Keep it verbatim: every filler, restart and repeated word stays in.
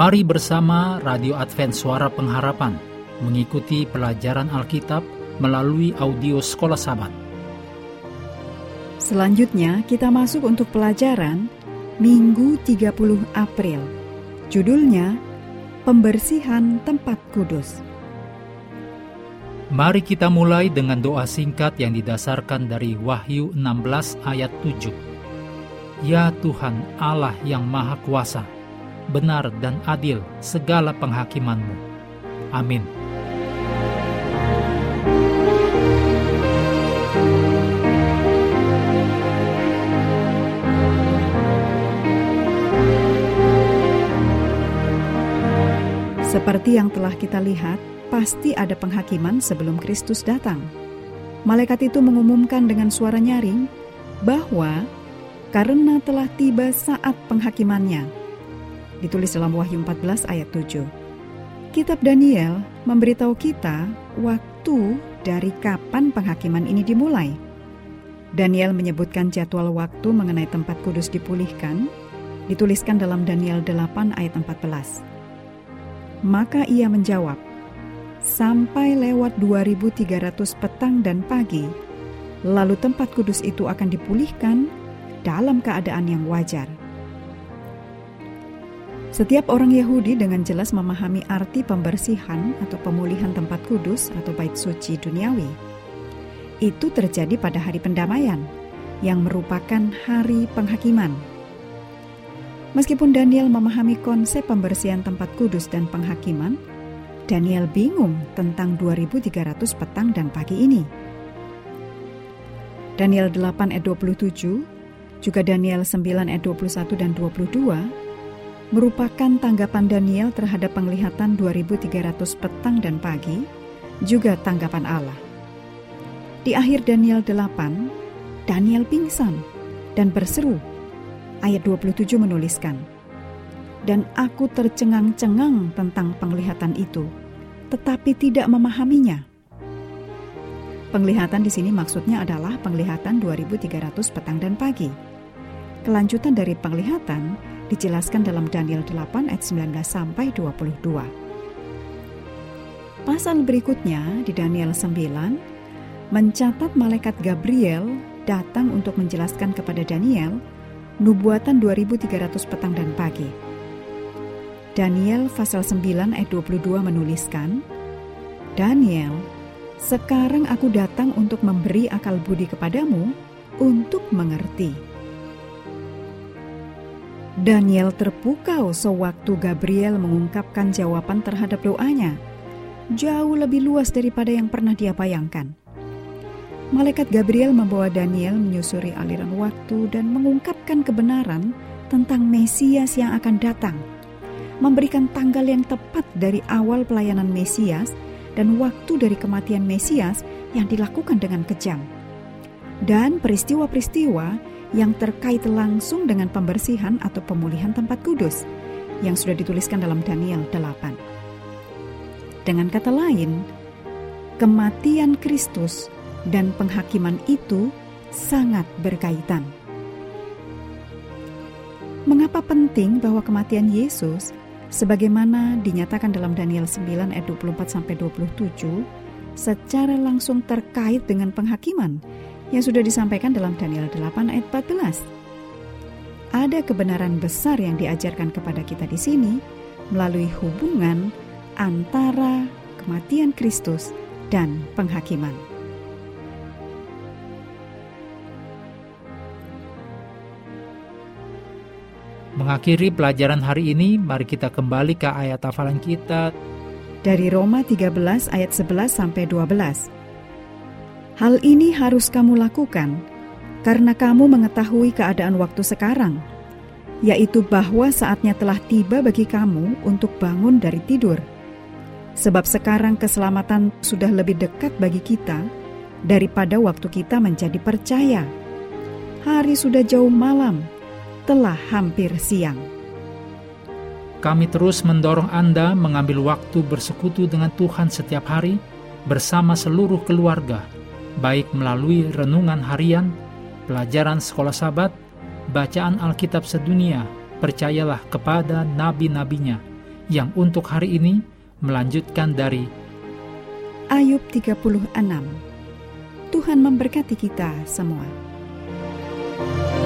Mari bersama Radio Advent Suara Pengharapan mengikuti pelajaran Alkitab melalui audio Sekolah Sabat. Selanjutnya kita masuk untuk pelajaran Minggu tiga puluh April. Judulnya Pembersihan Tempat Kudus. Mari kita mulai dengan doa singkat yang didasarkan dari Wahyu enam belas ayat tujuh. Ya Tuhan Allah yang Maha Kuasa, benar dan adil segala penghakiman-Mu. Amin. Seperti yang telah kita lihat, pasti ada penghakiman sebelum Kristus datang. Malaikat itu mengumumkan dengan suara nyaring bahwa karena telah tiba saat penghakimannya. Ditulis dalam Wahyu empat belas ayat tujuh. Kitab Daniel memberitahu kita waktu dari kapan penghakiman ini dimulai. Daniel menyebutkan jadwal waktu mengenai tempat kudus dipulihkan, dituliskan dalam Daniel delapan ayat empat belas. Maka ia menjawab, sampai lewat dua ribu tiga ratus petang dan pagi, lalu tempat kudus itu akan dipulihkan dalam keadaan yang wajar. Setiap orang Yahudi dengan jelas memahami arti pembersihan atau pemulihan tempat kudus atau bait suci duniawi. Itu terjadi pada hari pendamaian, yang merupakan hari penghakiman. Meskipun Daniel memahami konsep pembersihan tempat kudus dan penghakiman, Daniel bingung tentang dua ribu tiga ratus petang dan pagi ini. Daniel delapan ayat dua puluh tujuh, juga Daniel sembilan ayat dua puluh satu dan dua puluh dua, merupakan tanggapan Daniel terhadap penglihatan dua ribu tiga ratus petang dan pagi, juga tanggapan Allah. Di akhir Daniel delapan, Daniel pingsan dan berseru. Ayat dua puluh tujuh menuliskan, dan aku tercengang-cengang tentang penglihatan itu, tetapi tidak memahaminya. Penglihatan di sini maksudnya adalah penglihatan dua ribu tiga ratus petang dan pagi. Kelanjutan dari penglihatan dijelaskan dalam Daniel delapan ayat sembilan belas sampai dua puluh dua. Pasal berikutnya di Daniel sembilan mencatat malaikat Gabriel datang untuk menjelaskan kepada Daniel nubuatan dua ribu tiga ratus petang dan pagi. Daniel pasal sembilan ayat dua puluh dua menuliskan, Daniel, sekarang aku datang untuk memberi akal budi kepadamu untuk mengerti. Daniel terpukau sewaktu Gabriel mengungkapkan jawaban terhadap doanya, jauh lebih luas daripada yang pernah dia bayangkan. Malaikat Gabriel membawa Daniel menyusuri aliran waktu dan mengungkapkan kebenaran tentang Mesias yang akan datang, memberikan tanggal yang tepat dari awal pelayanan Mesias dan waktu dari kematian Mesias yang dilakukan dengan kejam, dan peristiwa-peristiwa yang terkait langsung dengan pembersihan atau pemulihan tempat kudus yang sudah dituliskan dalam Daniel delapan. Dengan kata lain, kematian Kristus dan penghakiman itu sangat berkaitan. Mengapa penting bahwa kematian Yesus, sebagaimana dinyatakan dalam Daniel sembilan ayat dua puluh empat sampai dua puluh tujuh, secara langsung terkait dengan penghakiman yang sudah disampaikan dalam Daniel delapan ayat empat belas? Ada kebenaran besar yang diajarkan kepada kita di sini melalui hubungan antara kematian Kristus dan penghakiman. Mengakhiri pelajaran hari ini, mari kita kembali ke ayat hafalan kita dari Roma tiga belas ayat sebelas sampai dua belas. Hal ini harus kamu lakukan karena kamu mengetahui keadaan waktu sekarang, yaitu bahwa saatnya telah tiba bagi kamu untuk bangun dari tidur. Sebab sekarang keselamatan sudah lebih dekat bagi kita daripada waktu kita menjadi percaya. Hari sudah jauh malam, telah hampir siang. Kami terus mendorong Anda mengambil waktu bersekutu dengan Tuhan setiap hari bersama seluruh keluarga, baik melalui renungan harian, pelajaran sekolah Sabat, bacaan Alkitab sedunia, percayalah kepada nabi-nabinya yang untuk hari ini melanjutkan dari Ayub tiga puluh enam. Tuhan memberkati kita semua.